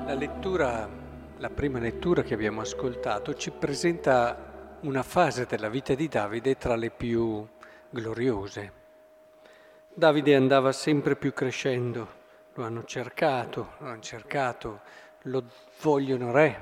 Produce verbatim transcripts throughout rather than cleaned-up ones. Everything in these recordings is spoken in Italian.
La lettura, la prima lettura che abbiamo ascoltato ci presenta una fase della vita di Davide tra le più gloriose. Davide andava sempre più crescendo, lo hanno cercato, lo hanno cercato, lo vogliono re,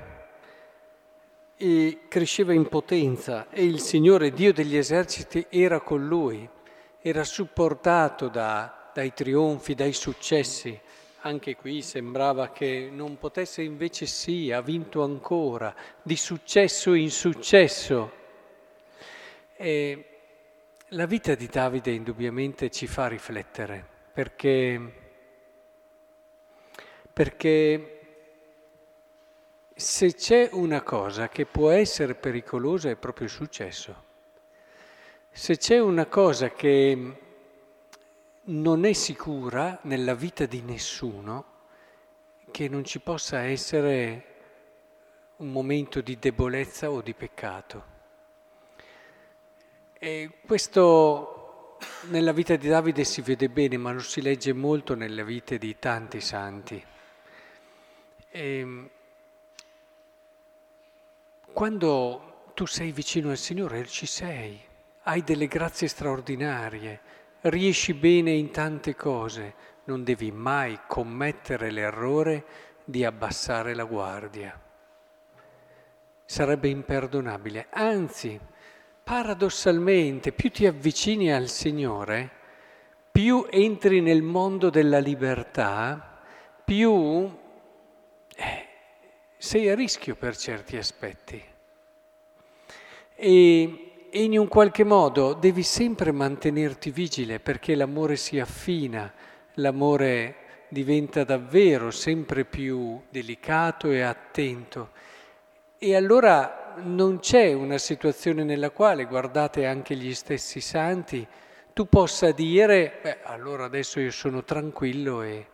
e cresceva in potenza e il Signore Dio degli eserciti era con lui, era supportato da, dai trionfi, dai successi. Anche qui sembrava che non potesse, invece sì, ha vinto ancora, di successo in successo. E la vita di Davide indubbiamente ci fa riflettere, perché, perché se c'è una cosa che può essere pericolosa è proprio il successo. Se c'è una cosa che non è sicura nella vita di nessuno, che non ci possa essere un momento di debolezza o di peccato. E questo nella vita di Davide si vede bene, ma lo si legge molto nelle vite di tanti santi. E quando tu sei vicino al Signore, ci sei, hai delle grazie straordinarie, riesci bene in tante cose, non devi mai commettere l'errore di abbassare la guardia. Sarebbe imperdonabile. Anzi, paradossalmente, più ti avvicini al Signore, più entri nel mondo della libertà, più eh, sei a rischio per certi aspetti. E E in un qualche modo devi sempre mantenerti vigile perché l'amore si affina, l'amore diventa davvero sempre più delicato e attento. E allora non c'è una situazione nella quale, guardate anche gli stessi santi, tu possa dire, beh, allora adesso io sono tranquillo e...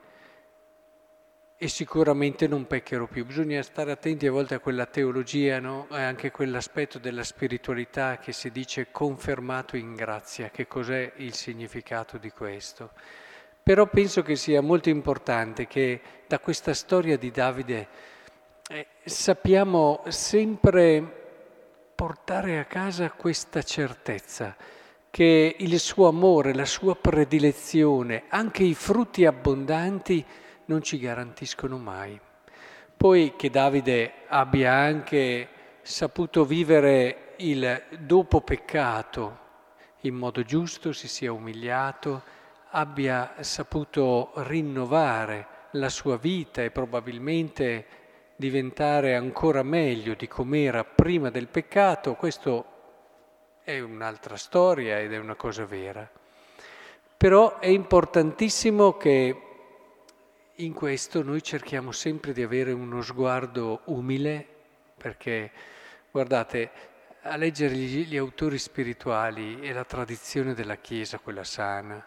E sicuramente non peccherò più. Bisogna stare attenti a volte a quella teologia, no? E anche quell'aspetto della spiritualità che si dice confermato in grazia. Che cos'è il significato di questo? Però penso che sia molto importante che da questa storia di Davide eh, sappiamo sempre portare a casa questa certezza che il suo amore, la sua predilezione, anche i frutti abbondanti non ci garantiscono mai. Poi che Davide abbia anche saputo vivere il dopo peccato in modo giusto, si sia umiliato, abbia saputo rinnovare la sua vita e probabilmente diventare ancora meglio di com'era prima del peccato, questo è un'altra storia ed è una cosa vera. Però è importantissimo che in questo noi cerchiamo sempre di avere uno sguardo umile, perché, guardate, a leggere gli, gli autori spirituali e la tradizione della Chiesa, quella sana,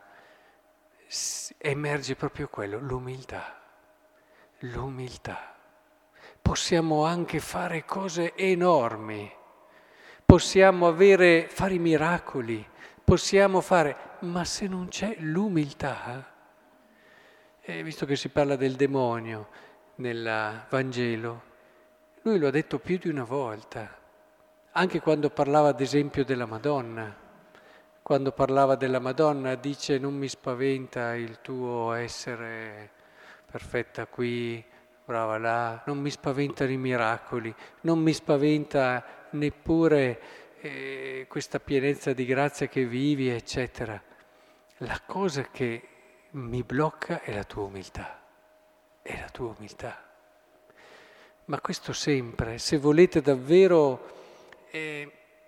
emerge proprio quello, l'umiltà, l'umiltà. Possiamo anche fare cose enormi, possiamo avere, fare i miracoli, possiamo fare, ma se non c'è l'umiltà... E visto che si parla del demonio nel Vangelo, lui lo ha detto più di una volta, anche quando parlava ad esempio della Madonna. Quando parlava della Madonna dice non mi spaventa il tuo essere perfetta qui, brava là, non mi spaventano i miracoli, non mi spaventa neppure eh, questa pienezza di grazia che vivi, eccetera. La cosa che mi blocca è la tua umiltà, è la tua umiltà. Ma questo sempre, se volete davvero eh,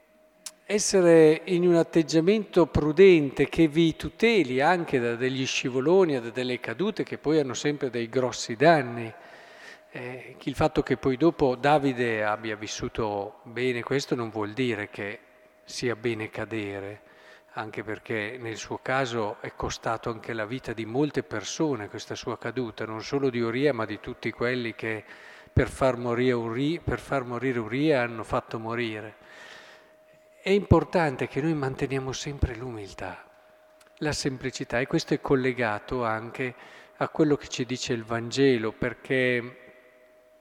essere in un atteggiamento prudente che vi tuteli anche da degli scivoloni, da delle cadute che poi hanno sempre dei grossi danni. Eh, il fatto che poi dopo Davide abbia vissuto bene questo non vuol dire che sia bene cadere, anche perché nel suo caso è costato anche la vita di molte persone questa sua caduta, non solo di Uria, ma di tutti quelli che per far morire Uria, per far morire Uria hanno fatto morire. È importante che noi manteniamo sempre l'umiltà, la semplicità, e questo è collegato anche a quello che ci dice il Vangelo, perché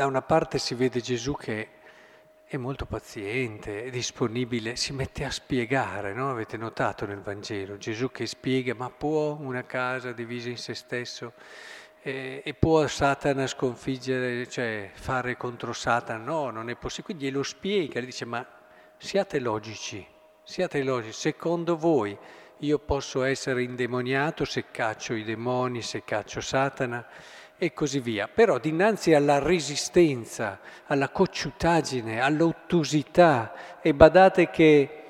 Da una parte si vede Gesù che è molto paziente, è disponibile, si mette a spiegare, no? Avete notato nel Vangelo, Gesù che spiega, ma può una casa divisa in se stesso eh, e può Satana sconfiggere, cioè fare contro Satana? No, non è possibile. Quindi glielo spiega, gli dice, ma siate logici, siate logici, secondo voi io posso essere indemoniato se caccio i demoni, se caccio Satana e così via. Però dinanzi alla resistenza, alla cocciutaggine, all'ottusità, e badate che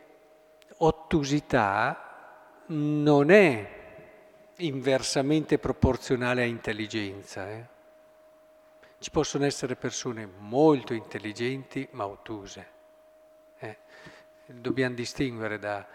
ottusità non è inversamente proporzionale a intelligenza. Eh? Ci possono essere persone molto intelligenti ma ottuse. Eh? Dobbiamo distinguere da...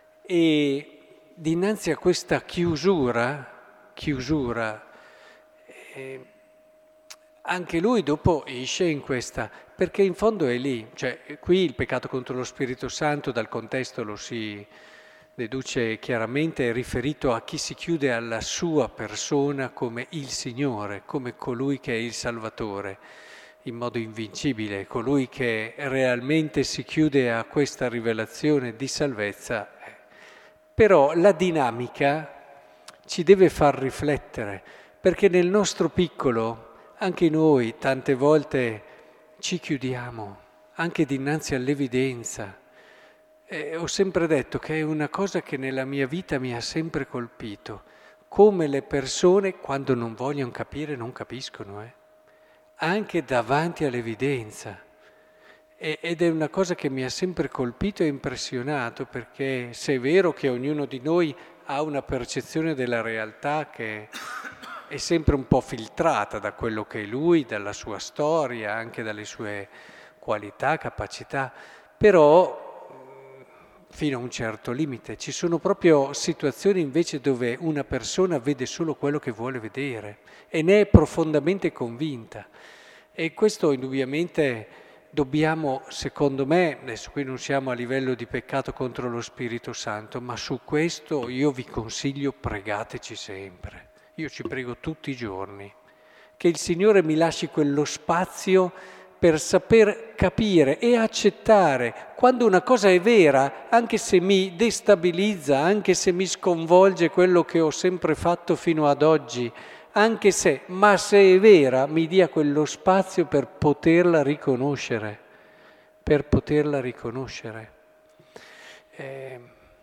E dinanzi a questa chiusura, chiusura, eh, anche lui dopo esce in questa, perché in fondo è lì, cioè qui il peccato contro lo Spirito Santo dal contesto lo si deduce chiaramente, è riferito a chi si chiude alla sua persona come il Signore, come colui che è il Salvatore, in modo invincibile, colui che realmente si chiude a questa rivelazione di salvezza. Però la dinamica ci deve far riflettere, perché nel nostro piccolo anche noi tante volte ci chiudiamo, anche dinanzi all'evidenza. E ho sempre detto che è una cosa che nella mia vita mi ha sempre colpito, come le persone quando non vogliono capire non capiscono, eh? Anche davanti all'evidenza. E, ed è una cosa che mi ha sempre colpito e impressionato, perché se è vero che ognuno di noi ha una percezione della realtà che è sempre un po' filtrata da quello che è lui, dalla sua storia, anche dalle sue qualità, capacità, però fino a un certo limite. Ci sono proprio situazioni invece dove una persona vede solo quello che vuole vedere e ne è profondamente convinta. E questo indubbiamente dobbiamo, secondo me, adesso qui non siamo a livello di peccato contro lo Spirito Santo, ma su questo io vi consiglio, pregateci sempre. Io ci prego tutti i giorni, che il Signore mi lasci quello spazio per saper capire e accettare quando una cosa è vera, anche se mi destabilizza, anche se mi sconvolge quello che ho sempre fatto fino ad oggi, anche se, ma se è vera, mi dia quello spazio per poterla riconoscere, per poterla riconoscere. Eh,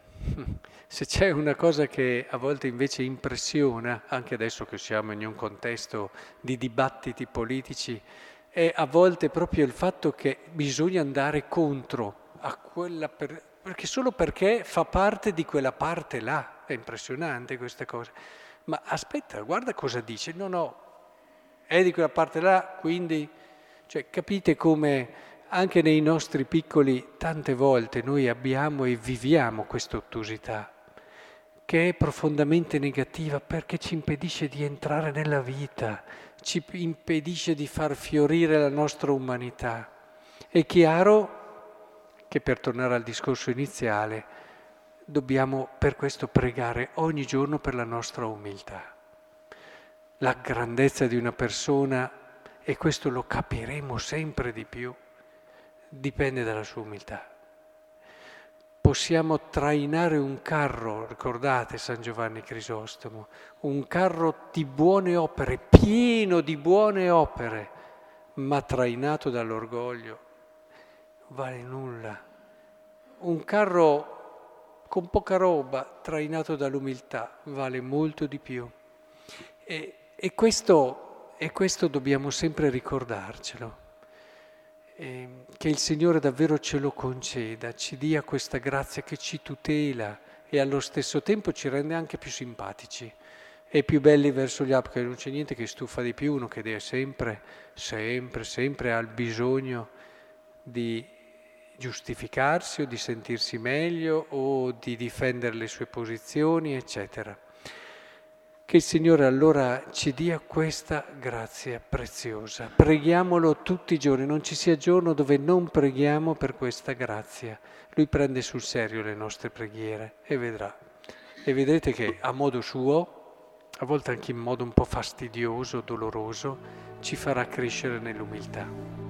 se c'è una cosa che a volte invece impressiona, anche adesso che siamo in un contesto di dibattiti politici, è a volte proprio il fatto che bisogna andare contro a quella, per, perché solo perché fa parte di quella parte là, è impressionante questa cosa. Ma aspetta, guarda cosa dice, no no, è di quella parte là, quindi, cioè capite come anche nei nostri piccoli tante volte noi abbiamo e viviamo questa ottusità, che è profondamente negativa perché ci impedisce di entrare nella vita, ci impedisce di far fiorire la nostra umanità. È chiaro che, per tornare al discorso iniziale, dobbiamo per questo pregare ogni giorno per la nostra umiltà. La grandezza di una persona, e questo lo capiremo sempre di più, dipende dalla sua umiltà. Possiamo trainare un carro, ricordate San Giovanni Crisostomo, un carro di buone opere, pieno di buone opere, ma trainato dall'orgoglio, vale nulla. Un carro con poca roba, trainato dall'umiltà, vale molto di più. E, e, questo, e questo dobbiamo sempre ricordarcelo. Eh, che il Signore davvero ce lo conceda, ci dia questa grazia che ci tutela e allo stesso tempo ci rende anche più simpatici e più belli verso gli altri, perché non c'è niente che stufa di più uno che deve sempre, sempre, sempre ha il bisogno di giustificarsi o di sentirsi meglio o di difendere le sue posizioni, eccetera. Che il Signore allora ci dia questa grazia preziosa. Preghiamolo tutti i giorni, non ci sia giorno dove non preghiamo per questa grazia. Lui prende sul serio le nostre preghiere e vedrà. E vedrete che a modo suo, a volte anche in modo un po' fastidioso, doloroso, ci farà crescere nell'umiltà.